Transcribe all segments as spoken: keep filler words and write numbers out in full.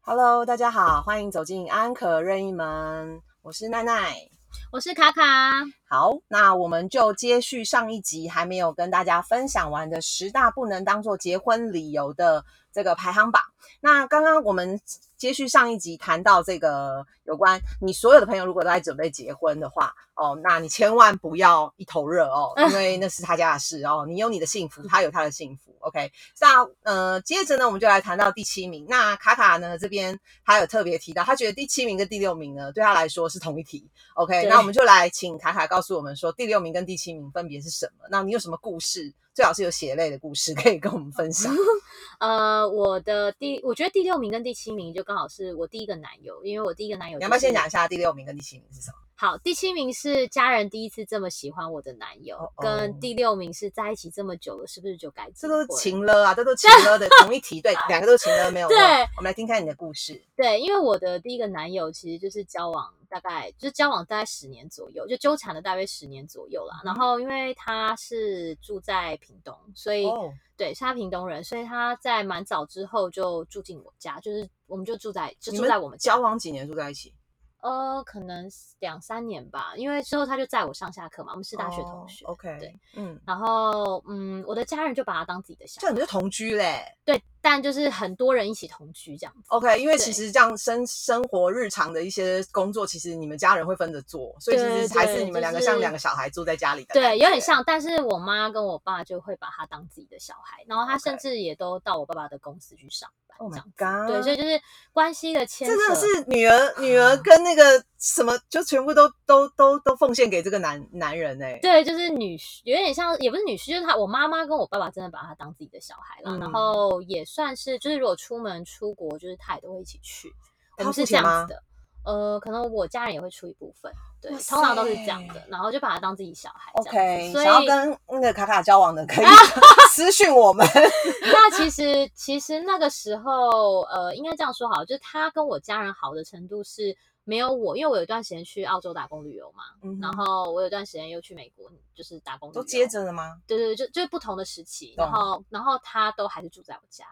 Hello， 大家好，欢迎走进安可任意门，我是奈奈， 我是卡卡。 好，那我们就接续上一集还没有跟大家分享完的十大不能当做结婚理由的这个排行榜。那刚刚我们接续上一集谈到这个有关你所有的朋友如果都在准备结婚的话哦，那你千万不要一头热哦，因为那是他家的事哦，你有你的幸福，他有他的幸福。OK， 那呃，接着呢，我们就来谈到第七名。那卡卡呢这边他有特别提到，他觉得第七名跟第六名呢对他来说是同一题。OK， 那我们就来请卡卡告诉我们说，第六名跟第七名分别是什么？那你有什么故事？最好是有血泪的故事可以跟我们分享。 呃，我的第，我觉得第六名跟第七名就刚好是我第一个男友，因为我第一个男友、就是， 你要不要先讲一下第六名跟第七名是什么？ 好，第七名是家人第一次这么喜欢我的男友， oh, oh. 跟第六名是在一起这么久了，是不是就该结婚？ 这都是情勒啊，这都是情勒的同一题，对，两个都是情勒，没有错。对，我们来听看你的故事。 对，因为我的第一个男友其实就是交往大概就是交往大概十年左右，就纠缠了大约十年左右啦。嗯、然后因为他是住在屏东，所以、oh. 对，是他屏东人，所以他在蛮早之后就住进我家，就是我们就住在就住在我们家。 交往几年住在一起？ 呃，可能两三年吧，因为之后他就载我上下课嘛，我们是大学同学。 Oh, OK， 对， 嗯， 然后嗯，我的家人就把他当自己的小孩， 这你们就同居嘞？ 对，但就是很多人一起同居这样子。 OK， 因为其实这样生生活日常的一些工作，其实你们家人会分着做，所以其实还是你们两个像两个小孩住在家里的。 对，有点像，但是我妈跟我爸就会把他当自己的小孩，然后他甚至也都到我爸爸的公司去上班。 Oh my god！ 对，所以就是关系的牵扯， 真的是女儿女儿跟那个什么，就全部都都都都奉献给这个男男人哎、欸。 对，就是女婿，有点像，也不是女婿，就是他，我妈妈跟我爸爸真的把他当自己的小孩啦、嗯，然后也算是，就是如果出门出国，就是他也都会一起去，我们是这样子的。呃，可能我家人也会出一部分，对，通常都是这样的，然后就把他当自己小孩。 OK， 所以想要跟那个卡卡交往的可以私讯我们。 那其实其实那个时候，呃，应该这样说好，就是他跟我家人好的程度是没有我，因为我有一段时间去澳洲打工旅游嘛，嗯、然后我有一段时间又去美国，就是打工旅游。 都接着了吗？ 对对对，就就是不同的时期，然后然后他都还是住在我家。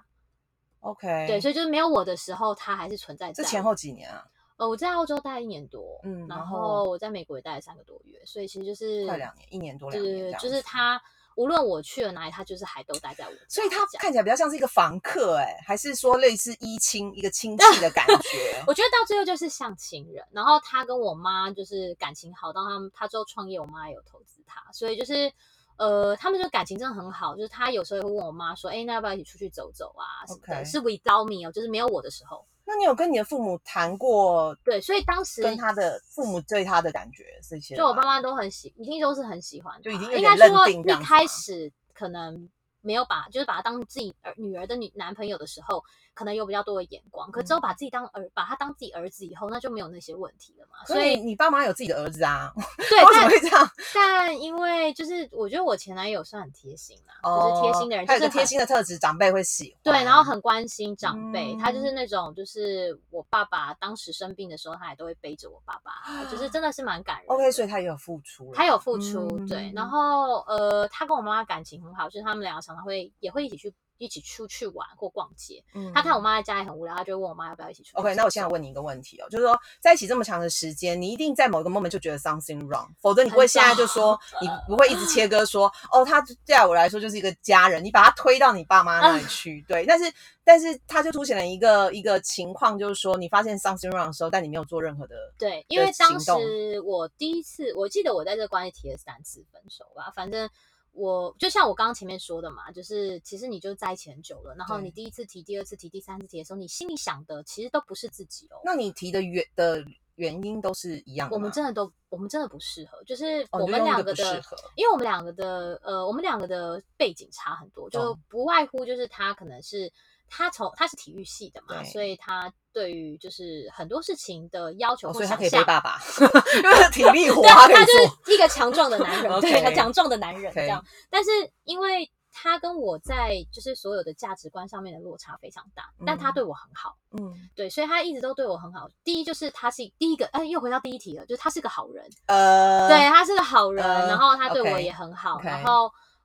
OK， 对，所以就是没有我的时候，他还是存在在。 这前后几年啊？ 呃，我在澳洲待一年多， 嗯， 然后我在美国也待了三个多月，所以其实就是快两年，一年多两年， 对，就是他无论我去了哪里，他就是还都待在我家。 所以他看起来比较像是一个房客、欸，哎，还是说类似依亲一个亲戚的感觉？ 我觉得到最后就是像亲人，然后他跟我妈就是感情好到他们，他之后创业，我妈也有投资他，所以就是。呃，他们就感情真的很好，就是他有时候也会问我妈说，哎，那要不要一起出去走走啊什么的， okay. 是 without me 哦，就是没有我的时候。 那你有跟你的父母谈过？ 对，所以当时跟他的父母对他的感觉这些， 就我爸妈都很喜，一定都是很喜欢， 就已经应该说一开始可能没有把，就是把他当自己儿女儿的女男朋友的时候，可能有比较多的眼光。可之后把自己当儿，把他当自己儿子以后，那就没有那些问题了嘛。 所以你爸妈有自己的儿子啊？ 对， 为什么会这样？ 但因为就是我觉得我前男友算很贴心啦，哦、就是贴心的人， 他有个贴心的特质，长辈会喜欢。 对，然后很关心长辈， 嗯、 他就是那种，就是我爸爸当时生病的时候，他也都会背着我爸爸，就是真的是蛮感人的。 OK， 所以他也有付出， 他有付出， 嗯、 对。然后呃，他跟我妈妈感情很好，就是他们两个常常会也会一起去一起出去玩或逛街。嗯、他看我妈在家里很无聊，他就会问我妈要不要一起出去。 OK， 那我现在问你一个问题哦，就是说在一起这么长的时间，你一定在某一个 moment 就觉得 something wrong， 否则你不会现在就说，你不会一直切割说，哦，他对我来说就是一个家人，你把他推到你爸妈那里去，对。但是但是他就凸显了一个一个情况，就是说你发现 something wrong 的时候，但你没有做任何的对，因为当时我第一次，我记得我在这个关系提了三次分手吧，反正。我就像我刚刚前面说的嘛，就是其实你就在一起很久了，然后你第一次提、第二次提、第三次提的时候，你心里想的其实都不是自己哦。 那你提的原的原因都是一样的吗？ 我们真的都，我们真的不适合，就是我们两个的， 哦、 因为我们两个的，呃，我们两个的背景差很多，就不外乎就是他可能是他从他是体育系的嘛，所以他对于就是很多事情的要求或想象， 哦、所以他可以背爸爸，因为体力活他可以做， 他就是一个强壮的男人，对，他强壮的男人这样。但是因为他跟我在就是所有的价值观上面的落差非常大，嗯、但他对我很好，嗯，对，所以他一直都对我很好。第一就是他是第一个，哎，又回到第一题了，就是他是个好人，呃，对，他是个好人，呃、然后他对我也很好， okay, 然后。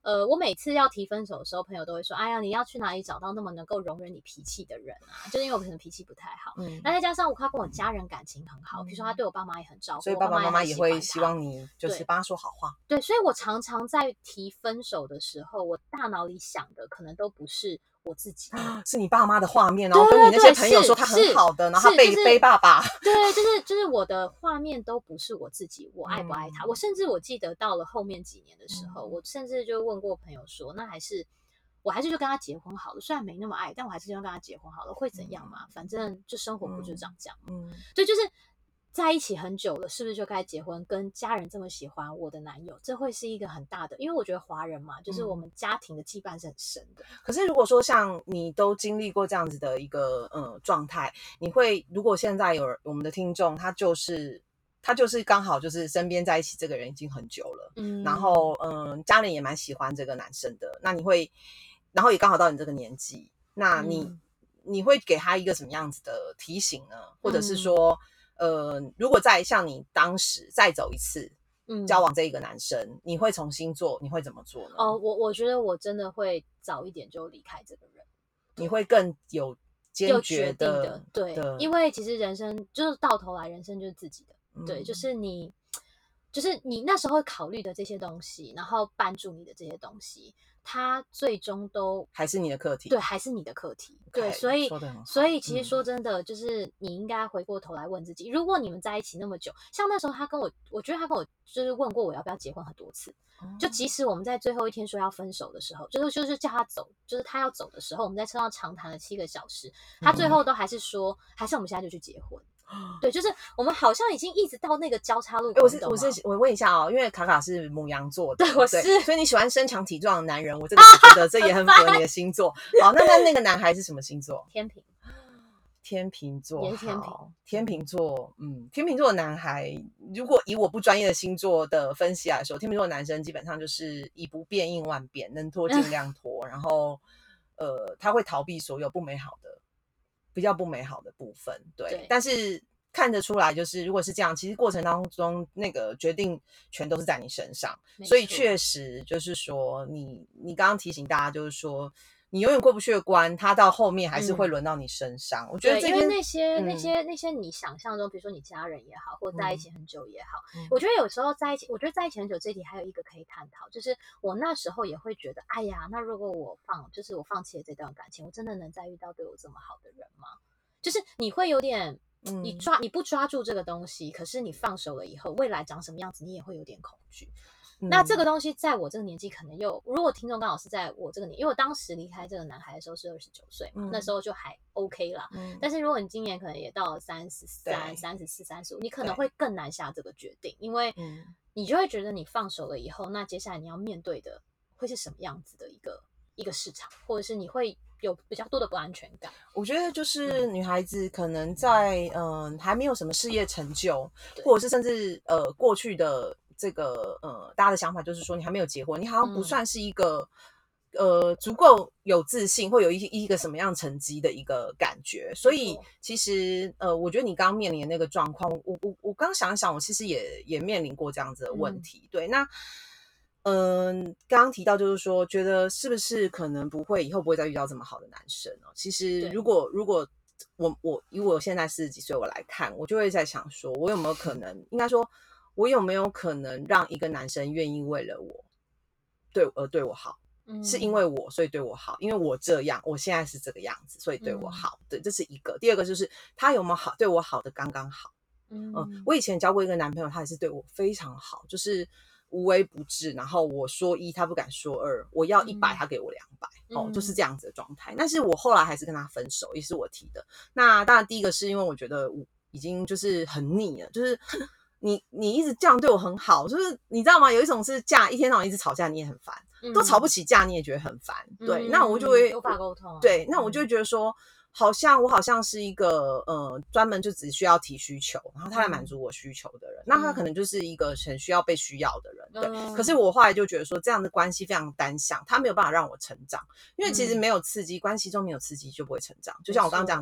呃，我每次要提分手的时候，朋友都会说：“哎呀，你要去哪里找到那么能够容忍你脾气的人啊？”就是因为我可能脾气不太好，嗯，那再加上我他跟我家人感情很好，比如说他对我爸妈也很照顾， 所以爸爸妈妈也会希望你就是对帮他说好话。 对，所以我常常在提分手的时候，我大脑里想的可能都不是我自己， 是你爸妈的画面，然后跟你那些朋友说他很好的，然后他背、就是、背爸爸。 对，就是就是我的画面都不是我自己，我爱不爱他？嗯、我甚至我记得到了后面几年的时候，嗯、我甚至就问过朋友说，那还是我还是就跟他结婚好了，虽然没那么爱，但我还是要跟他结婚好了，会怎样嘛？反正就生活不就长这样嘛。嗯，对，就是在一起很久了，是不是就该结婚？跟家人这么喜欢我的男友，这会是一个很大的，因为我觉得华人嘛，就是我们家庭的羁绊是很深的。 嗯、可是如果说像你都经历过这样子的一个呃状态，你会如果现在有我们的听众，他就是他就是刚好就是身边在一起这个人已经很久了，嗯，然后嗯、呃、家人也蛮喜欢这个男生的，那你会，然后也刚好到你这个年纪，那你、嗯、你会给他一个什么样子的提醒呢？或者是说？嗯呃，如果再像你当时再走一次，嗯，交往这一个男生，你会重新做，你会怎么做呢？ 哦，我我觉得我真的会早一点就离开这个人， 你会更有坚决的， 的对的，因为其实人生就是到头来，人生就是自己的，嗯、对，就是你，就是你那时候考虑的这些东西，然后绊住你的这些东西。它最终都还是你的课题， 对，还是你的课题， okay, 对，所以所以其实说真的，嗯、就是你应该回过头来问自己，如果你们在一起那么久，像那时候他跟我，我觉得他跟我就是问过我要不要结婚很多次，哦、就即使我们在最后一天说要分手的时候，就是就是叫他走，就是他要走的时候，我们在车上长谈了七个小时，他最后都还是说，嗯、还是我们现在就去结婚。对，就是我们好像已经一直到那个交叉路口。 我是我是我问一下哦，因为卡卡是牡羊座的， 对，我是， 所以你喜欢身强体壮的男人，我真的是觉得这也很符合你的星座。好，那那那个男孩是什么星座？ 天秤。 天秤座， 也是天秤。 天秤座，嗯，天秤座的男孩，如果以我不专业的星座的分析来说，天秤座的男生基本上就是以不变应万变，能拖尽量拖，然后呃，他会逃避所有不美好的。比较不美好的部分， 对, 对，但是看得出来，就是如果是这样，其实过程当中那个决定权都是在你身上，所以确实就是说，你你刚刚提醒大家，就是说你永远过不去的关，它到后面还是会轮到你身上。嗯、我觉得这因为那些、嗯、那些那些你想象中，比如说你家人也好，或在一起很久也好，嗯、我觉得有时候在一起，我觉得在一起很久这一题还有一个可以探讨，就是我那时候也会觉得，哎呀，那如果我放，就是我放弃了这段感情，我真的能再遇到对我这么好的人吗？就是你会有点，你抓你不抓住这个东西，可是你放手了以后，未来长什么样子，你也会有点恐惧。嗯、那这个东西在我这个年纪，可能又如果听众刚好是在我这个年，因为我当时离开这个男孩的时候是二十九岁嘛，嗯、那时候就还 OK 啦。嗯、但是如果你今年可能也到了三十三、三十四、三十五，你可能会更难下这个决定，因为你就会觉得你放手了以后，那接下来你要面对的会是什么样子的一个一个市场，或者是你会有比较多的不安全感。 我觉得就是女孩子可能在嗯、呃、还没有什么事业成就，或者是甚至呃过去的这个呃大家的想法就是说你还没有结婚，你好像不算是一个、嗯、呃足够有自信或有一一个什么样成绩的一个感觉，所以其实呃我觉得你刚面临的那个状况，我我我刚想一想，我其实也也面临过这样子的问题。嗯、对，那嗯，刚刚提到就是说，觉得是不是可能不会以后不会再遇到这么好的男生哦？其实如果如果我我以我现在四十几岁我来看，我就会在想说，我有没有可能，应该说，我有没有可能让一个男生愿意为了我对而对我好？嗯、是因为我所以对我好，因为我这样，我现在是这个样子，所以对我好。嗯、对，这是一个。第二个就是他有没有好对我好的刚刚好。嗯、呃，我以前交过一个男朋友，他也是对我非常好，就是无微不至，然后我说一他不敢说二，我要一百、嗯、他给我两百、嗯、哦，就是这样子的状态。但是我后来还是跟他分手，也是我提的。那当然第一个是因为我觉得我已经就是很腻了，就是你你一直这样对我很好，就是你知道吗？有一种是架一天到晚一直吵架你也很烦、嗯、都吵不起架你也觉得很烦。对、嗯、那我就会无法沟通、啊、 对，那我就会觉得说、嗯好像我好像是一个呃专门就只需要提需求，然后他来满足我需求的人、嗯、那他可能就是一个很需要被需要的人、嗯、对。可是我后来就觉得说这样的关系非常单向，他没有办法让我成长，因为其实没有刺激、嗯、关系中没有刺激就不会成长。就像我刚刚讲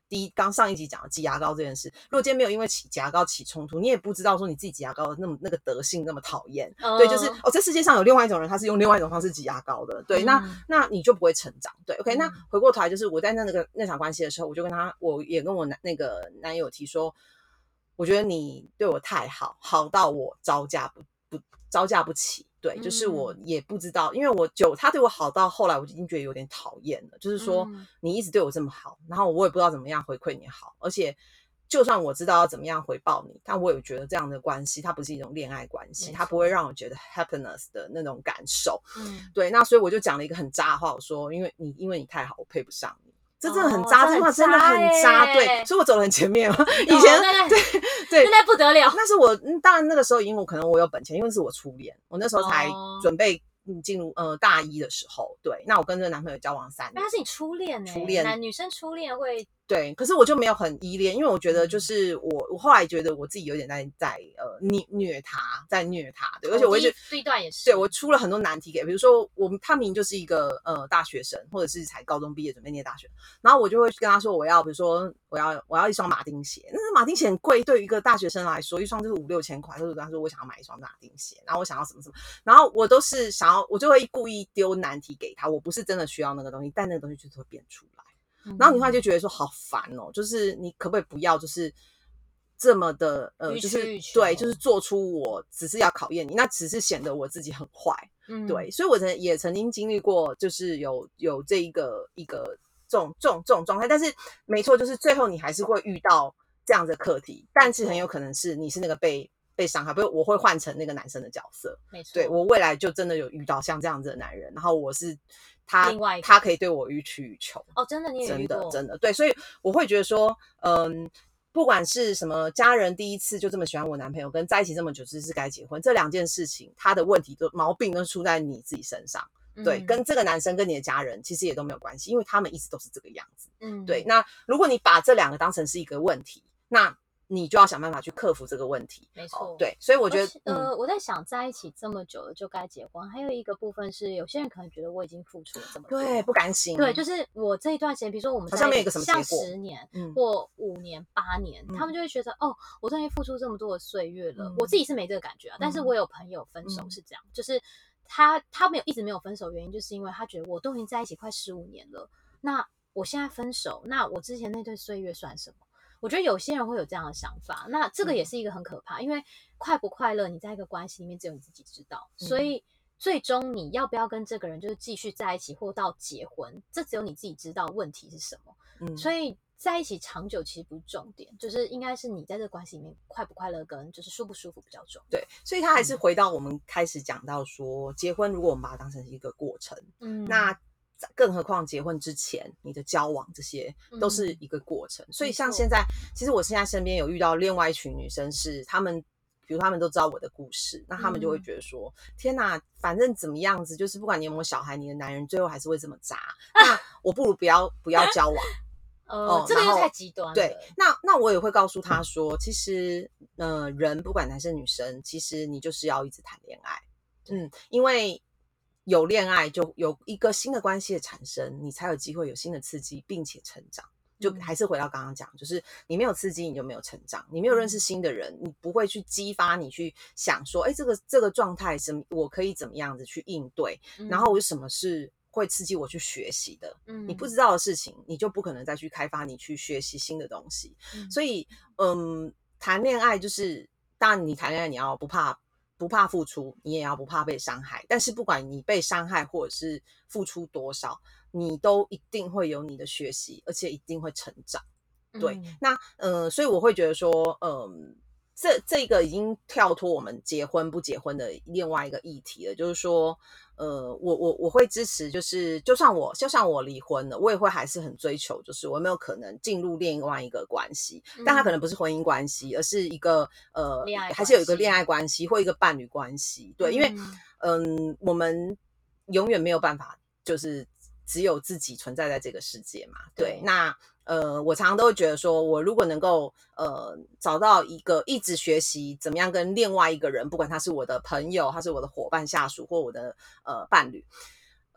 第一刚上一集讲的挤牙膏这件事，如果今天没有因为挤牙膏起冲突，你也不知道说你自己挤牙膏的那么那个德性那么讨厌，哦、对，就是哦，这世界上有另外一种人，他是用另外一种方式挤牙膏的，对，嗯、那那你就不会成长，对 ，OK，、嗯、那回过头来就是我在那个那场关系的时候，我就跟他，我也跟我男那个男友提说，我觉得你对我太好，好到我招架不不招架不起。对，就是我也不知道，因为我就他对我好到后来，我已经觉得有点讨厌了。就是说，你一直对我这么好，然后我也不知道怎么样回馈你好，而且就算我知道要怎么样回报你，但我也觉得这样的关系，它不是一种恋爱关系，它不会让我觉得 happiness 的那种感受。嗯，对，那所以我就讲了一个很渣的话，我说，因为你因为你太好，我配不上你。这真的很渣，这句话真的很渣，对，所以我走得很前面嘛。以前对对， 现在不得了。 那是我、嗯、当然那个时候，因为我可能我有本钱，因为是我初恋，我那时候才准备进入呃大一的时候，对，那我跟这个男朋友交往三年， 那他是你初恋哎、欸， 初恋， 男女生初恋会。 对，可是我就没有很依恋，因为我觉得就是我，我后来觉得我自己有点在在呃虐虐他，在虐他，对，而且我一直这一段也是， 对我出了很多难题给，比如说我他明明就是一个呃大学生，或者是才高中毕业准备念大学，然后我就会跟他说我要，比如说我要我要一双马丁鞋，那是马丁鞋很贵，对于一个大学生来说，一双就是五六千块，就是跟他说我想要买一双马丁鞋，然后我想要什么什么，然后我都是想要，我就会故意丢难题给他，我不是真的需要那个东西，但那个东西就是会变出来。然后你后来就觉得说好烦哦，就是你可不可以不要就是这么的呃，就是对，就是做出我只是要考验你，那只是显得我自己很坏，嗯，对，所以我曾也曾经经历过，就是有有这一个一个这种这种这种状态，但是没错，就是最后你还是会遇到这样的课题，但是很有可能是你是那个被被伤害，不是我会换成那个男生的角色， 没错， 对我未来就真的有遇到像这样子的男人，然后我是。他他可以对我予取予求哦，真的你也遇过， 真的真的对，所以我会觉得说，嗯，不管是什么家人第一次就这么喜欢我男朋友，跟在一起这么久是是该结婚，这两件事情，他的问题都毛病都出在你自己身上，对，嗯、跟这个男生跟你的家人其实也都没有关系，因为他们一直都是这个样子，嗯，对。那如果你把这两个当成是一个问题，那你就要想办法去克服这个问题， 没错、 哦，对，所以我觉得， 呃，嗯、我在想，在一起这么久了就该结婚，还有一个部分是，有些人可能觉得我已经付出了这么多， 对，不甘心， 对，就是我这一段时间，比如说我们好像没有一个什么结果， 像十年、嗯、或五年、八年、嗯，他们就会觉得，哦，我终于付出这么多的岁月了、嗯，我自己是没这个感觉啊，但是我有朋友分手是这样，嗯、就是他他没有一直没有分手，原因就是因为他觉得我都已经在一起快十五年了，那我现在分手，那我之前那段岁月算什么？我觉得有些人会有这样的想法，那这个也是一个很可怕，嗯、因为快不快乐，你在一个关系里面只有你自己知道，嗯、所以最终你要不要跟这个人就是继续在一起或到结婚，这只有你自己知道问题是什么。嗯，所以在一起长久其实不是重点，就是应该是你在这个关系里面快不快乐跟就是舒不舒服比较重要。 对，所以他还是回到我们开始讲到说，嗯、结婚如果我们把它当成是一个过程，嗯，那。更何况结婚之前你的交往这些都是一个过程、嗯、所以像现在其实我现在身边有遇到另外一群女生是她们比如她们都知道我的故事，那她们就会觉得说、嗯、天哪反正怎么样子就是不管你有没有小孩，你的男人最后还是会这么渣、啊、那我不如不要不要交往呃、哦，这个又太极端了。 对，那那我也会告诉他说其实呃人不管男生女生其实你就是要一直谈恋爱，嗯，因为有恋爱就有一个新的关系的产生，你才有机会有新的刺激并且成长，就还是回到刚刚讲，就是你没有刺激你就没有成长，你没有认识新的人，你不会去激发你去想说哎，这个这个状态什么我可以怎么样子去应对、嗯、然后有什么是会刺激我去学习的、嗯、你不知道的事情你就不可能再去开发你去学习新的东西、嗯、所以嗯，谈恋爱就是当然你谈恋爱你要不怕不怕付出，你也要不怕被伤害，但是不管你被伤害或者是付出多少，你都一定会有你的学习，而且一定会成长。对，嗯、那呃，所以我会觉得说，嗯，这这个已经跳脱我们结婚不结婚的另外一个议题了，就是说，呃，我我我会支持，就是就算我就算我离婚了，我也会还是很追求，就是我有没有可能进入另外一个关系，嗯、但它可能不是婚姻关系，而是一个呃，还是有一个恋爱关系或一个伴侣关系。对，嗯、因为嗯，我们永远没有办法，就是只有自己存在在这个世界嘛。对，对那。呃，我常常都会觉得说，我如果能够呃找到一个一直学习怎么样跟另外一个人，不管他是我的朋友，他是我的伙伴、下属或我的呃伴侣，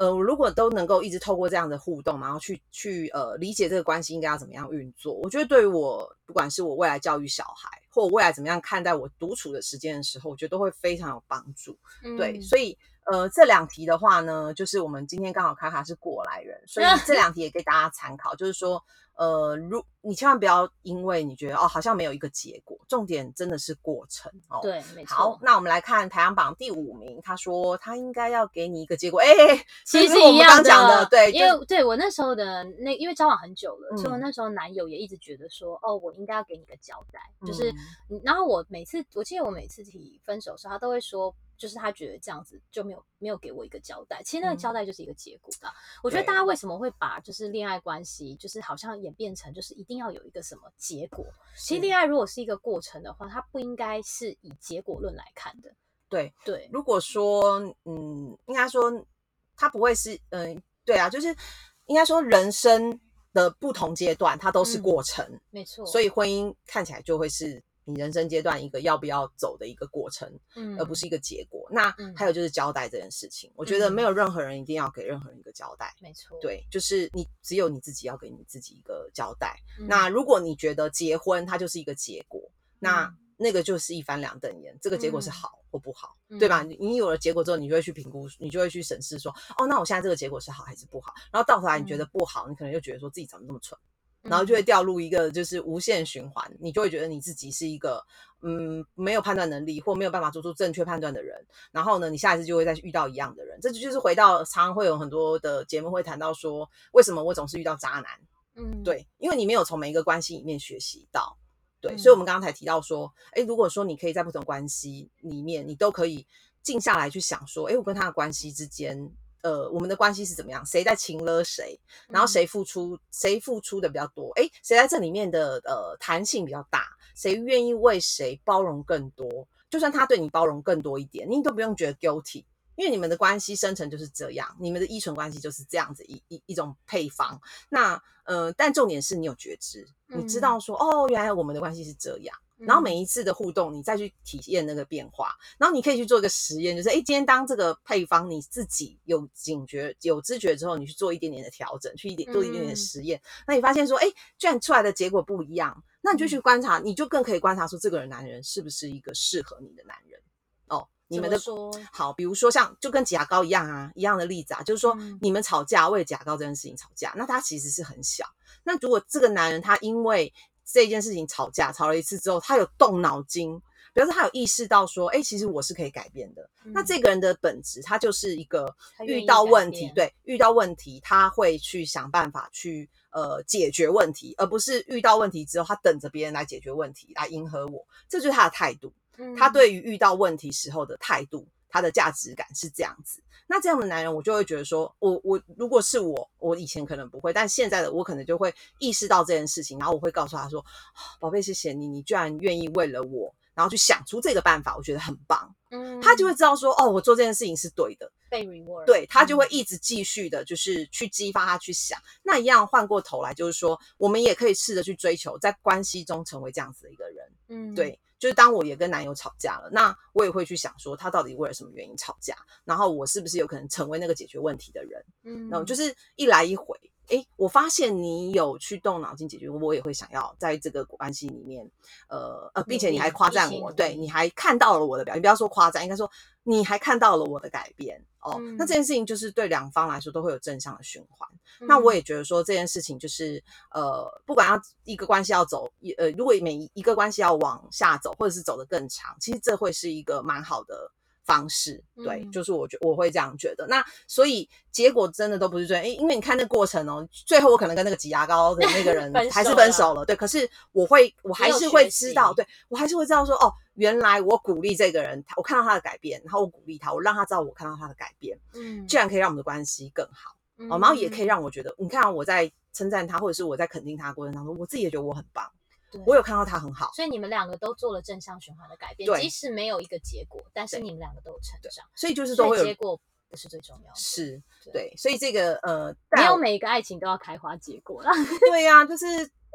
呃，如果都能够一直透过这样的互动，然后去去呃理解这个关系应该要怎么样运作，我觉得对于我不管是我未来教育小孩，或我未来怎么样看待我独处的时间的时候，我觉得都会非常有帮助。嗯、对，所以呃这两题的话呢，就是我们今天刚好卡卡是过来人，所以这两题也给大家参考，就是说。呃，如你千万不要因为你觉得哦好像没有一个结果，重点真的是过程哦。 对，没错。 好，那我们来看排行榜第五名，他说他应该要给你一个结果，哎， 其实我们刚讲的，对， 因为对我那时候的那因为交往很久了， 嗯、 所以我那时候男友也一直觉得说，哦，我应该要给你个交代，嗯、就是，然后我每次我记得我每次提分手的时候，他都会说。就是他觉得这样子就没有没有给我一个交代，其实那个交代就是一个结果啦。嗯、我觉得大家为什么会把就是恋爱关系，就是好像演变成就是一定要有一个什么结果？其实恋爱如果是一个过程的话，它不应该是以结果论来看的。 对对， 如果说嗯，应该说它不会是嗯，对啊，就是应该说人生的不同阶段，它都是过程，嗯、 没错。 所以婚姻看起来就会是。你人生阶段一个要不要走的一个过程，嗯，而不是一个结果。那、嗯、还有就是交代这件事情，我觉得没有任何人一定要给任何人一个交代， 没错。 对，就是你只有你自己要给你自己一个交代。嗯、那如果你觉得结婚它就是一个结果，那、嗯、那个就是一翻两瞪眼，这个结果是好或不好，嗯、对吧？你有了结果之后，你就会去评估，你就会去审视说，哦，那我现在这个结果是好还是不好？然后到头来你觉得不好，嗯、你可能就觉得说自己怎么那么蠢。然后就会掉入一个就是无限循环，你就会觉得你自己是一个嗯没有判断能力或没有办法做出正确判断的人。然后呢，你下一次就会再遇到一样的人。这就是回到常常会有很多的节目会谈到说，为什么我总是遇到渣男？嗯，对，因为你没有从每一个关系里面学习到。对，嗯、所以我们刚刚才提到说，哎，如果说你可以在不同关系里面，你都可以静下来去想说，哎，我跟他的关系之间。呃，我们的关系是怎么样？谁在情勒谁？然后谁付出？嗯、谁付出的比较多？哎，谁在这里面的呃弹性比较大？谁愿意为谁包容更多？就算他对你包容更多一点，你都不用觉得 guilty， 因为你们的关系生成就是这样，你们的依存关系就是这样子一一一种配方。那呃，但重点是你有觉知，你知道说、嗯、哦，原来我们的关系是这样。然后每一次的互动，你再去体验那个变化，然后你可以去做一个实验，就是哎，今天当这个配方你自己有警觉、有知觉之后，你去做一点点的调整，去一点做一点点的实验，嗯、那你发现说，哎，居然出来的结果不一样，那你就去观察，你就更可以观察出这个人男人是不是一个适合你的男人哦。你们的好，比如说像就跟挤牙膏一样啊，一样的例子啊，就是说、嗯、你们吵架为了挤牙膏这件事情吵架，那他其实是很小。那如果这个男人他因为这件事情吵架吵了一次之后，他有动脑筋，表示他有意识到说，哎，其实我是可以改变的。嗯、那这个人的本质，他就是一个遇到问题，对，遇到问题他会去想办法去呃解决问题，而不是遇到问题之后他等着别人来解决问题来迎合我，这就是他的态度。嗯、他对于遇到问题时候的态度。他的价值感是这样子，那这样的男人，我就会觉得说，我我如果是我，我以前可能不会，但现在的我可能就会意识到这件事情，然后我会告诉他说，宝贝，谢谢你，你居然愿意为了我，然后去想出这个办法，我觉得很棒。嗯，他就会知道说，哦，我做这件事情是对的， 被 reward， 对，他就会一直继续的，就是去激发他去想。嗯、那一样换过头来，就是说，我们也可以试着去追求，在关系中成为这样子的一个人。嗯，对。就是当我也跟男友吵架了，那我也会去想说他到底为了什么原因吵架，然后我是不是有可能成为那个解决问题的人。嗯，然后就是一来一回，诶，我发现你有去动脑筋解决，我也会想要在这个关系里面呃呃，并且你还夸赞我，对，你还看到了我的表现，不要说夸赞，应该说你还看到了我的改变哦。嗯、那这件事情就是对两方来说都会有正向的循环。嗯、那我也觉得说这件事情就是呃，不管要一个关系要走，呃，如果每一个关系要往下走，或者是走得更长，其实这会是一个蛮好的方式。对，嗯、就是我觉我会这样觉得。那所以结果真的都不是这样，因为你看那个过程哦，最后我可能跟那个挤牙膏的那个人还是分手了，对。可是我会，我还是会知道，对我还是会知道说，哦，原来我鼓励这个人，我看到他的改变，然后我鼓励他，我让他知道我看到他的改变，嗯，居然可以让我们的关系更好。哦，然后也可以让我觉得，你看我在称赞他，或者是我在肯定他的过程当中，我自己也觉得我很棒，我有看到他很好， 所以你们两个都做了正向循环的改变，即使没有一个结果，但是你们两个都有成长， 所以就是都会有结果不是最重要的， 是 对, 对，所以这个呃， 没有每一个爱情都要开花结果啦， 对呀、啊，就是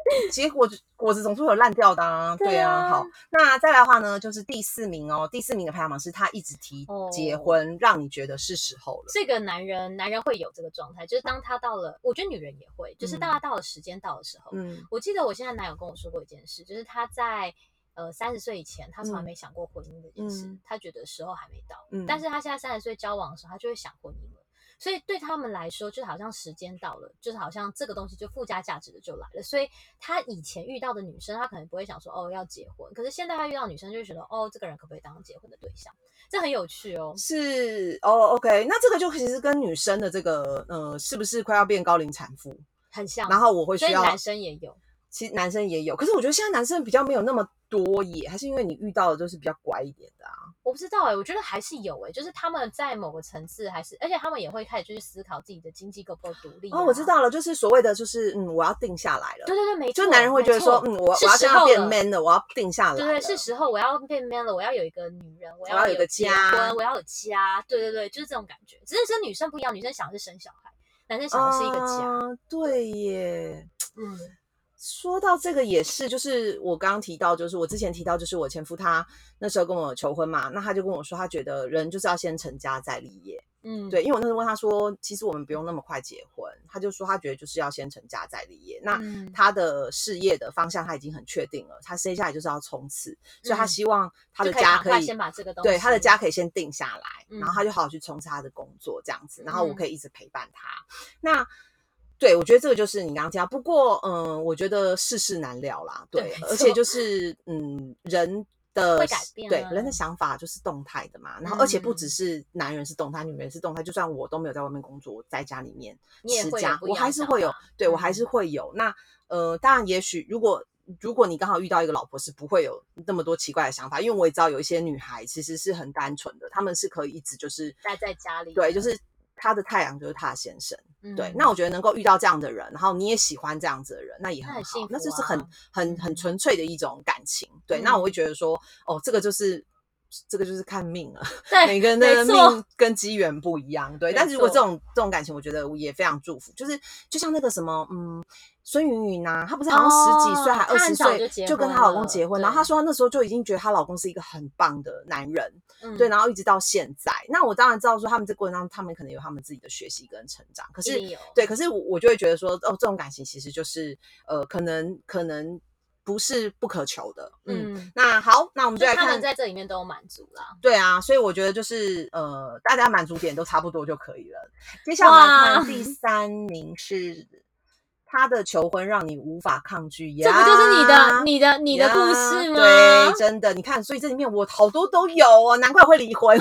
结果果子总是有烂掉的啊，对啊。对啊，好，那再来的话呢，就是第四名哦，第四名的排行榜是他一直提结婚，哦、让你觉得是时候了。 这个男人，男人会有这个状态，就是当他到了，我觉得女人也会，就是大家到了时间到的时候，嗯，我记得我现在男友跟我说过一件事，就是他在呃三十岁以前，他从来没想过婚姻这件事，嗯、他觉得时候还没到，嗯，但是他现在三十岁交往的时候，他就会想婚姻了。所以对他们来说，就是好像时间到了，就是好像这个东西就附加价值的就来了。所以他以前遇到的女生，他可能不会想说哦要结婚，可是现在他遇到女生就会觉得哦这个人可不可以当结婚的对象，这很有趣哦。 是哦 ，OK， 那这个就其实跟女生的这个呃是不是快要变高龄产妇很像， 然后我会需要， 所以男生也有。 其实男生也有，可是我觉得现在男生比较没有那么多耶，还是因为你遇到的就是比较乖一点的啊？ 我不知道哎、欸，我觉得还是有哎、欸，就是他们在某个层次还是，而且他们也会开始去思考自己的经济够不够独立、啊。 哦，我知道了，就是所谓的就是嗯，我要定下来了。 对对对，没错。 就男人会觉得说，嗯，我我要这样变 man 了，我要定下来了。 对对，是时候我要变 man 了，我要有一个女人，我要有一个家， 我要有家。对对对，就是这种感觉。只是跟女生不一样，女生想的是生小孩，男生想的是一个家。 啊、对耶，嗯。说到这个也是，就是我刚刚提到，就是我之前提到，就是我前夫他那时候跟我求婚嘛，那他就跟我说，他觉得人就是要先成家再立业。嗯，对，因为我那时候问他说，其实我们不用那么快结婚，他就说他觉得就是要先成家再立业。那他的事业的方向他已经很确定了，他接下来就是要冲刺，所以他希望他的家可以， 可以先把这个东西， 对，他的家可以先定下来，嗯、然后他就好好去冲刺他的工作这样子，然后我可以一直陪伴他。嗯、那对，我觉得这个就是你刚刚讲，不过嗯，我觉得世事难料啦，对，对而且就是嗯，人的会改变、啊， 对，人的想法就是动态的嘛，然后而且不只是男人是动态，女人是动态，就算我都没有在外面工作，我在家里面持家，我还是会有，对、嗯、我还是会有。那呃，当然，也许如果如果你刚好遇到一个老婆是不会有那么多奇怪的想法，因为我也知道有一些女孩其实是很单纯的，她们是可以一直就是待在家里， 对，就是她的太阳就是她的先生。嗯、对，那我觉得能够遇到这样的人，然后你也喜欢这样子的人，那也很好，那, 很、啊、那就是很很很纯粹的一种感情。对，嗯、那我会觉得说，哦，这个就是这个就是看命了，每个人的命跟机缘不一样。对，但是如果这种这种感情，我觉得也非常祝福。就是就像那个什么，嗯。孙云云啊，她不是好像十几岁、哦、还二十岁就跟她老公结婚，然后她说她那时候就已经觉得她老公是一个很棒的男人，嗯、对，然后一直到现在。那我当然知道说他们这过程当中，他们可能有他们自己的学习跟成长，可是对，可是我我就会觉得说，哦，这种感情其实就是呃，可能可能不是不可求的，嗯。嗯那好，那我们就来看， 他们在这里面都有满足啦。 对啊，所以我觉得就是呃，大家满足点都差不多就可以了。接下来我们看第三名是。他的求婚让你无法抗拒呀， 这不就是你的、你的、你的故事吗？ 对，真的，你看，所以这里面我好多都有哦，难怪会离婚。对，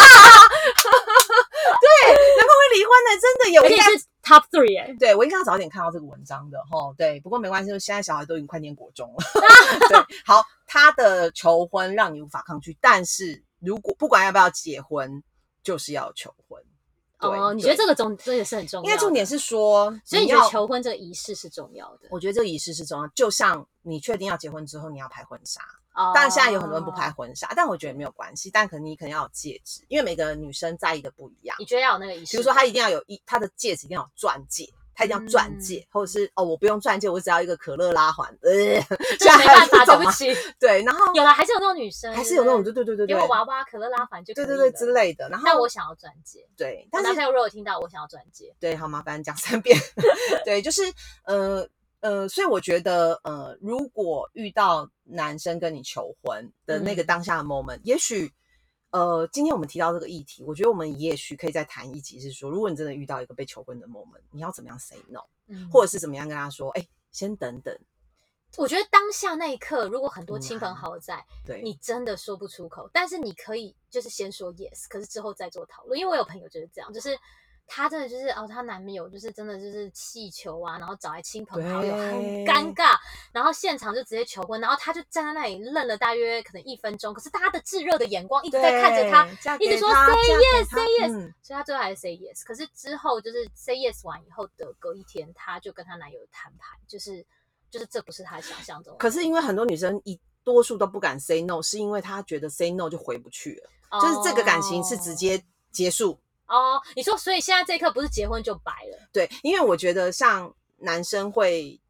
难怪会离婚呢，真的有。 而且是 top three 哎， 对我应该要早点看到这个文章的哈。对，不过没关系，现在小孩都已经快念国中了。对，好，他的求婚让你无法抗拒，但是如果不管要不要结婚，就是要求婚。 哦，你觉得这个重这也是很重要的， 因为重点是说， 所以你觉得求婚这个仪式是重要的？ 我觉得这个仪式是重要，就像你确定要结婚之后，你要拍婚纱。哦，当然现在有很多人不拍婚纱，但我觉得没有关系。但可能你可能要有戒指，因为每个女生在意的不一样。 你觉得要有那个仪式？ 比如说，她一定要有一她的戒指一定要有钻戒。他一定要钻戒，嗯、或者是哦，我不用钻戒，我只要一个可乐拉环。呃， 这没办法，对不起。 对，然后有了，还是有那种女生， 还是有那种，对对对对对， 给我娃娃、可乐拉环就可以了， 对对对之类的。然后， 但我想要钻戒。 对， 但是男朋友如果听到我想要钻戒， 对，好麻烦讲三遍。对，就是呃呃，所以我觉得呃，如果遇到男生跟你求婚的那个当下的 moment，、嗯、也许。呃，今天我们提到这个议题，我觉得我们也许可以再谈一集，是说，如果你真的遇到一个被求婚的 moment， 你要怎么样 say no，、嗯、或者是怎么样跟他说，哎，先等等。 我觉得当下那一刻，如果很多亲朋好友在， 对、嗯， 你真的说不出口，但是你可以就是先说 yes， 可是之后再做讨论。因为我有朋友就是这样，就是她真的就是哦，她男朋友就是真的就是气球啊，然后找来亲朋好友，很尴尬，然后现场就直接求婚，然后她就站在那里愣了大约可能一分钟，可是大家的炙热的眼光一直在看着她，一直说 say yes say yes，、嗯、所以她最后还是 say yes。可是之后就是 say yes 完以后的隔一天，她就跟她男友摊牌，就是就是这不是她想象中的。 可是因为很多女生一多数都不敢 say no， 是因为她觉得 say no 就回不去了，哦、就是这个感情是直接结束。 哦，你说，所以现在这一刻不是结婚就白了？ 对，因为我觉得像男生会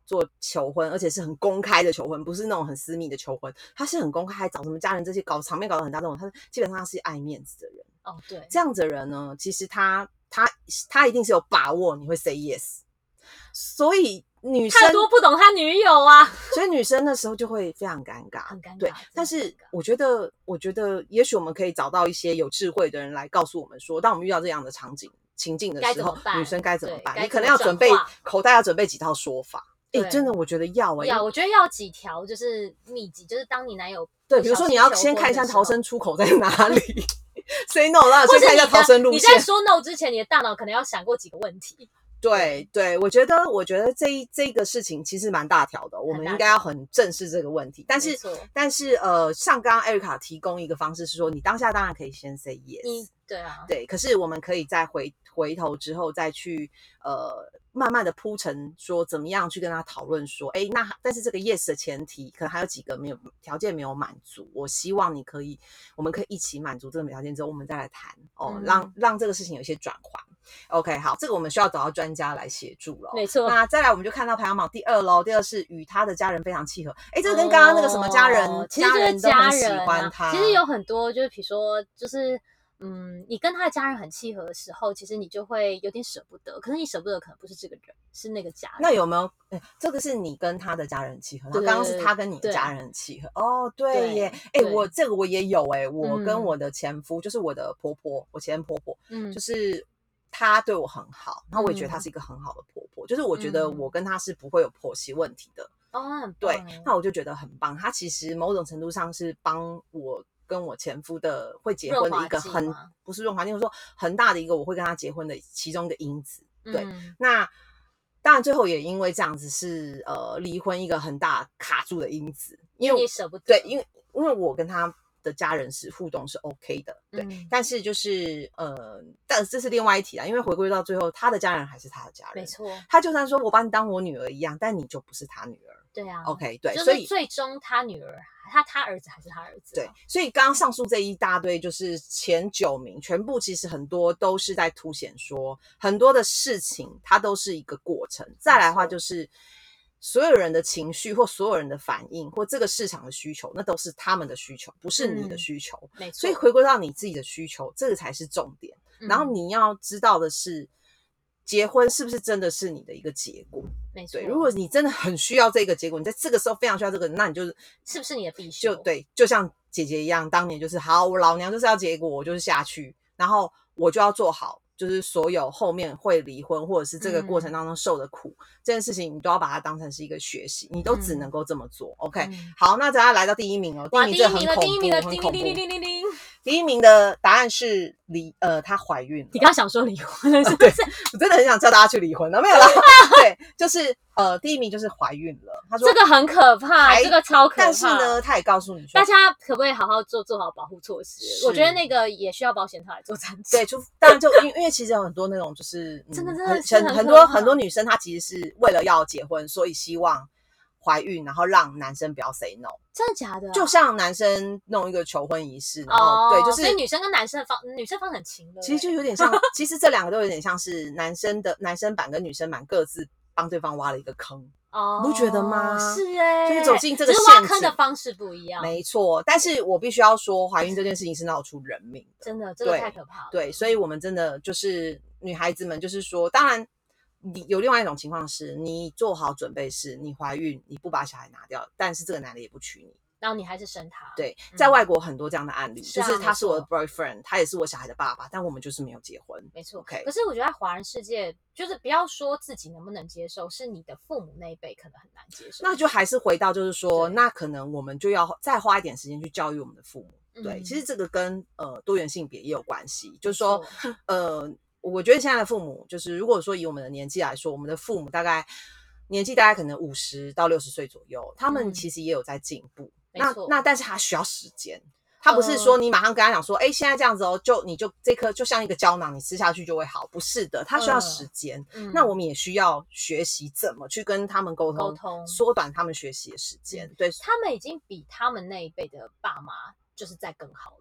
做求婚，而且是很公开的求婚，不是那种很私密的求婚，他是很公开，找什么家人这些搞场面搞得很大这种，他基本上他是爱面子的人。 哦，对， 这样子的人呢，其实他他他一定是有把握你会 say yes， 所以女生太多不懂他女友啊， 所以女生那时候就会非常尴尬， 很尴尬。 对，但是我觉得，我觉得也许我们可以找到一些有智慧的人来告诉我们说，当我们遇到这样的场景情境的时候，女生该怎么办？你可能要准备口袋要准备几套说法。哎、欸，真的，我觉得要哎、欸， 要，我觉得要几条就是秘籍，就是当你男友对，比如说你要先看一下逃生出口在哪里，say no 啦，先看一下逃生路线。 你在说 no 之前，你的大脑可能要想过几个问题。 对对，我觉得我觉得这一这个事情其实蛮大条的，我们应该要很正视这个问题。但是但是呃，像刚刚 Erica 提供一个方式是说，你当下当然可以先 say yes， 对啊， 对，可是我们可以再回回头之后再去呃。慢慢的铺陈说怎么样去跟他讨论说，哎，那但是这个 yes 的前提可能还有几个没有条件没有满足，我希望你可以，我们可以一起满足这个条件之后，我们再来谈哦，嗯、让让这个事情有一些转换。OK， 好，这个我们需要找到专家来协助了。 没错。 那再来我们就看到排行榜第二喽，第二是与他的家人非常契合。哎，这个跟刚刚那个什么家人， 哦、家人都很喜欢他。 其实有很多就是比如说就是。嗯，你跟他的家人很契合的时候，其实你就会有点舍不得。可是你舍不得，可能不是这个人，是那个家人。 那有没有？欸、这个是你跟他的家人契合，然后刚刚是他跟你的家人契合。哦，对耶，哎、欸，我这个我也有哎、欸，我跟我的前夫，嗯、就是我的婆婆，我前婆婆，嗯，就是她对我很好，然后我也觉得她是一个很好的婆婆，嗯、就是我觉得我跟她是不会有婆媳问题的。 哦，很棒。 对，那我就觉得很棒。她其实某种程度上是帮我。跟我前夫的会结婚的一个很不是润滑剂，我说很大的一个我会跟他结婚的其中一个因子。对，嗯、那当然最后也因为这样子是呃离婚一个很大卡住的因子， 因为你舍不得。 对，因为因为我跟他的家人是互动是 OK 的，对，嗯、但是就是呃，但这是另外一题啦，因为回归到最后，他的家人还是他的家人， 没错。他就算说我把你当我女儿一样，但你就不是他女儿。 对啊 ，OK， 对， 所以最终他女儿，他他儿子还是他儿子。 对，所以刚刚上述这一大堆就是前九名，全部其实很多都是在凸显说，很多的事情它都是一个过程。再来的话就是所有人的情绪或所有人的反应或这个市场的需求，那都是他们的需求，不是你的需求。 嗯、没错。 所以回归到你自己的需求，这个才是重点。嗯、然后你要知道的是。结婚是不是真的是你的一个结果？ 没错。 如果你真的很需要这个结果，你在这个时候非常需要这个，那你就是是不是你的必须？ 就对，就像姐姐一样，当年就是好，我老娘就是要结果，我就是下去，然后我就要做好，就是所有后面会离婚或者是这个过程当中受的苦，嗯、这件事情你都要把它当成是一个学习，你都只能够这么做。嗯、OK，、嗯、好，那咱要来到第一名哦，第一名这很恐怖， 第一名的很恐怖。 叮叮叮叮叮第一名的答案是离呃，她怀孕了。 你刚刚想说离婚了是不是？ 对，我真的很想叫大家去离婚了，没有啦。对，就是呃，第一名就是怀孕了。他说这个很可怕，这个超可怕。 但是呢，他也告诉你说， 大家可不可以好好做做好保护措施？我觉得那个也需要保险套来做参照。 对，就当然就因因为其实有很多那种就是、 嗯、真的真的很很很多很多女生，她其实是为了要结婚，所以希望。怀孕，然后让男生不要 say no， 真的假的、啊？ 就像男生弄一个求婚仪式，然后、哦、对，就是所以女生跟男生方，女生方很情的， 其实就有点像，其实这两个都有点像是男生的男生版跟女生版各自帮对方挖了一个坑，哦，你不觉得吗？ 是哎、欸， 就是走进这个陷阱， 只是挖坑的方式不一样， 没错。但是我必须要说，怀孕这件事情是闹出人命的， 真的，这个太可怕了。 对，所以我们真的就是女孩子们，就是说，当然。你有另外一种情况是，你做好准备是，你怀孕，你不把小孩拿掉，但是这个男的也不娶你， 然后你还是生他。 对，在外国很多这样的案例，嗯、就是他是我的 boyfriend， 他也是我小孩的爸爸，但我们就是没有结婚。 没错 ，OK。 可是我觉得在华人世界，就是不要说自己能不能接受，是你的父母那一辈可能很难接受。 那就还是回到就是说，那可能我们就要再花一点时间去教育我们的父母。对，嗯、其实这个跟呃多元性别也有关系，就是说呃。我觉得现在的父母，就是如果说以我们的年纪来说，我们的父母大概年纪大概可能五十到六十岁左右，他们其实也有在进步。嗯、那那但是他需要时间，他不是说你马上跟他讲说，哎、呃，现在这样子哦，就你就这颗就像一个胶囊，你吃下去就会好，不是的，他需要时间。嗯、那我们也需要学习怎么去跟他们沟通，沟通缩短他们学习的时间。嗯、对， 他们已经比他们那一辈的爸妈就是再更好了。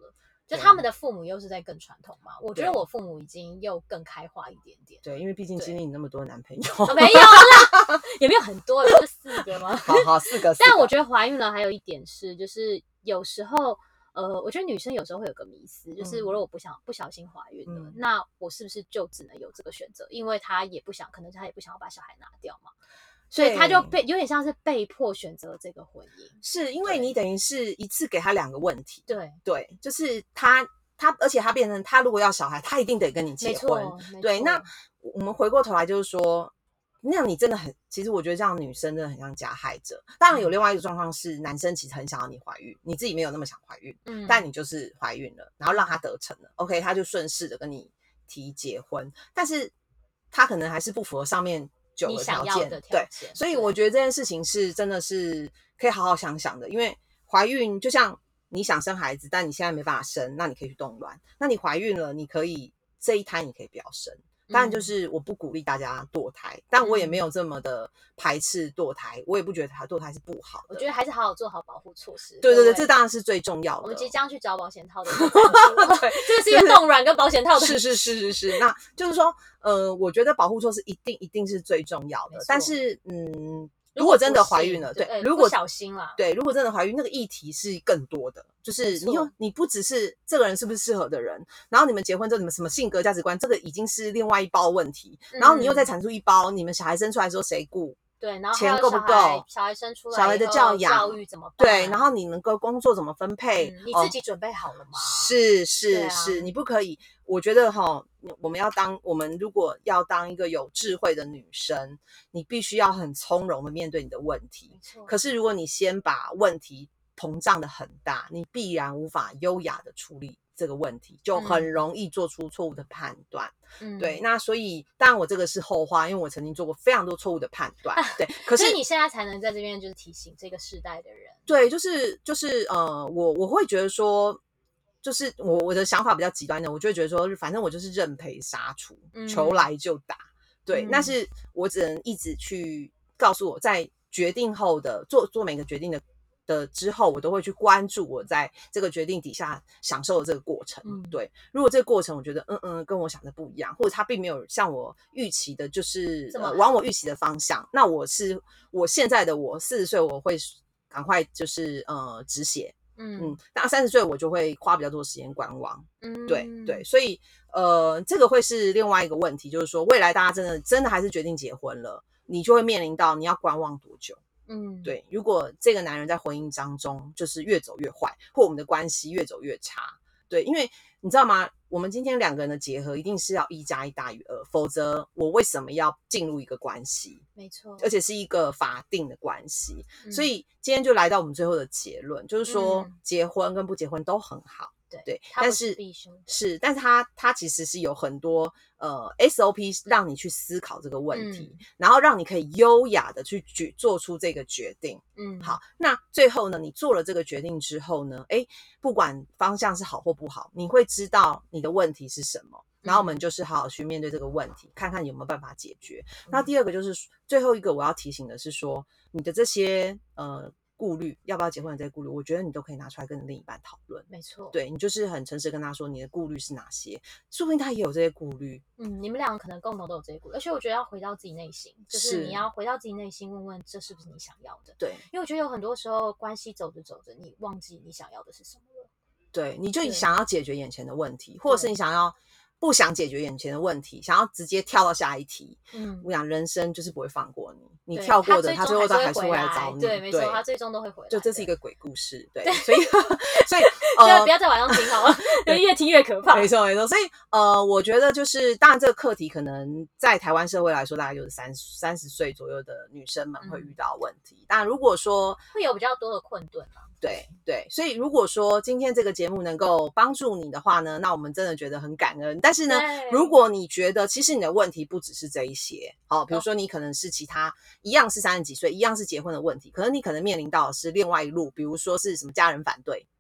就他们的父母又是在更传统嘛，我觉得我父母已经又更开化一点点。 对，因为毕竟经历你那么多男朋友， 哦、没有啦，也没有很多，有四个吗？ 好好四个。 但我觉得怀孕了还有一点是，就是有时候。呃，我觉得女生有时候会有个迷思，就是如果我不想不小心怀孕了，嗯、那我是不是就只能有这个选择？因为她也不想，可能她也不想要把小孩拿掉嘛，所以她就被有点像是被迫选择这个婚姻。 是因为你等于是一次给她两个问题， 对对，就是她她，而且她变成她如果要小孩，她一定得跟你结婚。对，那我们回过头来就是说。那样你真的很，其实我觉得这样女生真的很像加害者。当然有另外一个状况是，男生其实很想要你怀孕，你自己没有那么想怀孕，嗯，但你就是怀孕了，然后让他得逞了 ，OK， 他就顺势的跟你提结婚，但是他可能还是不符合上面九个条件， 的条件对，所以我觉得这件事情是真的是可以好好想想的，因为怀孕就像你想生孩子，但你现在没办法生，那你可以去冻卵，那你怀孕了，你可以这一胎你可以不要生。当然就是我不鼓励大家堕胎，但我也没有这么的排斥堕胎，我也不觉得堕胎是不好的。 我觉得还是好好做好保护措施。 对对对，这当然是最重要的。 我们即将去找保险套的对，这个是一个冻卵跟保险套的。 是是是是是，那就是说，呃，我觉得保护措施一定一定是最重要的。但是，嗯。如果真的怀孕了，对，如果不小心啦， 对，如果真的怀孕，那个议题是更多的，就是你有你不只是这个人是不是适合的人，然后你们结婚之后你们什么性格价值观，这个已经是另外一包问题，嗯、然后你又再产出一包，你们小孩生出来之后谁顾？ 对，然后钱够不够？ 小孩生出来， 小孩的教养、 教育怎么办？ 对，然后你能够工作怎么分配？ 嗯、你自己准备好了吗？ 哦、是是、啊、是，你不可以。我觉得哈，我们要当我们如果要当一个有智慧的女生，你必须要很从容的面对你的问题。可是如果你先把问题膨胀的很大，你必然无法优雅的处理这个问题，就很容易做出错误的判断。嗯，对，那所以当然我这个是后话，因为我曾经做过非常多错误的判断。对，可是所以你现在才能在这边就是提醒这个世代的人。 对，就是就是呃，我我会觉得说。就是我我的想法比较极端的，我就会觉得说，反正我就是认赔杀出，嗯、球来就打，对。嗯、但是我只能一直去告诉我，在决定后的做做每个决定的的之后，我都会去关注我在这个决定底下享受的这个过程。嗯、对，如果这个过程我觉得嗯嗯跟我想的不一样，或者它并没有像我预期的，就是呃往我预期的方向，那我是我现在的我四十岁，我会赶快就是呃止血。嗯嗯，那三十岁我就会花比较多时间观望，嗯，对对，所以呃，这个会是另外一个问题，就是说未来大家真的真的还是决定结婚了，你就会面临到你要观望多久，嗯，对，如果这个男人在婚姻当中就是越走越坏，或我们的关系越走越差，对，因为你知道吗？我们今天两个人的结合一定是要一加一大于二，否则我为什么要进入一个关系？ 没错， 而且是一个法定的关系，嗯、所以今天就来到我们最后的结论，就是说、嗯、结婚跟不结婚都很好， 对对， 但是必须是，但是它它其实是有很多呃 S O P 让你去思考这个问题，嗯、然后让你可以优雅的去决做出这个决定。嗯，好，那最后呢，你做了这个决定之后呢，诶，不管方向是好或不好，你会知道你的问题是什么。然后我们就是好好去面对这个问题，看看有没有办法解决。那第二个就是最后一个我要提醒的是说，你的这些呃顾虑，要不要结婚的这些顾虑，我觉得你都可以拿出来跟另一半讨论。 没错， 对，你就是很诚实跟他说你的顾虑是哪些，说不定他也有这些顾虑。 嗯，你们两个可能共同都有这些顾虑，而且我觉得要回到自己内心，就是你要回到自己内心，问问这是不是你想要的。 对， 因为我觉得有很多时候关系走着走着，你忘记你想要的是什么了。 对，你就想要解决眼前的问题，或者是你想要。不想解决眼前的问题，想要直接跳到下一题。嗯，我想人生就是不会放过你，你跳过的，他最后都还是会来找你。 对，没错，他最终都会回来。 就这是一个鬼故事，对，所以所以呃，不要在晚上听好了，越听越可怕。 没错没错，所以呃，我觉得就是当然这个课题可能在台湾社会来说，大概就是三三十岁左右的女生们会遇到问题。当然如果说会有比较多的困顿嘛。 对对，所以如果说今天这个节目能够帮助你的话呢，那我们真的觉得很感恩。但是呢，如果你觉得其实你的问题不只是这一些，好，比如说你可能是其他一样是三十几岁，一样是结婚的问题，可能你可能面临到的是另外一路，比如说是什么家人反对，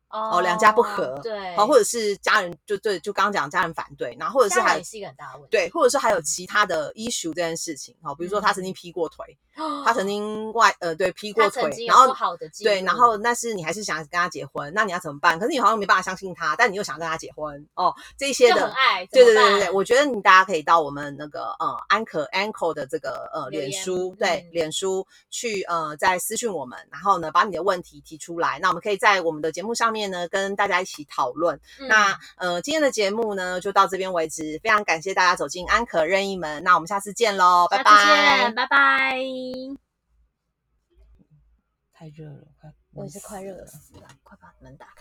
哦，两家不合， 对， 好，或者是家人就对，就刚刚讲家人反对，然后或者是还也是一个很大的问题， 对，或者是还有其他的 issue 这件事情，好，比如说他曾经劈过腿，嗯、他曾经外呃对劈过腿，然后不好的对，然后但是你还是想跟他结婚，那你要怎么办？可是你好像没办法相信他，但你又想跟他结婚哦，这些的就很爱， 对对对对对，我觉得你大家可以到我们那个呃安可 Anchor 的这个呃脸书，对、嗯、脸书去呃再私讯我们，然后呢把你的问题提出来，那我们可以在我们的节目上面呢跟大家一起讨论。嗯、那呃今天的节目呢就到这边为止，非常感谢大家走进安可任意门，那我们下次见喽，拜拜， 拜拜。 太热了，快我也是快热死了，快把门打开。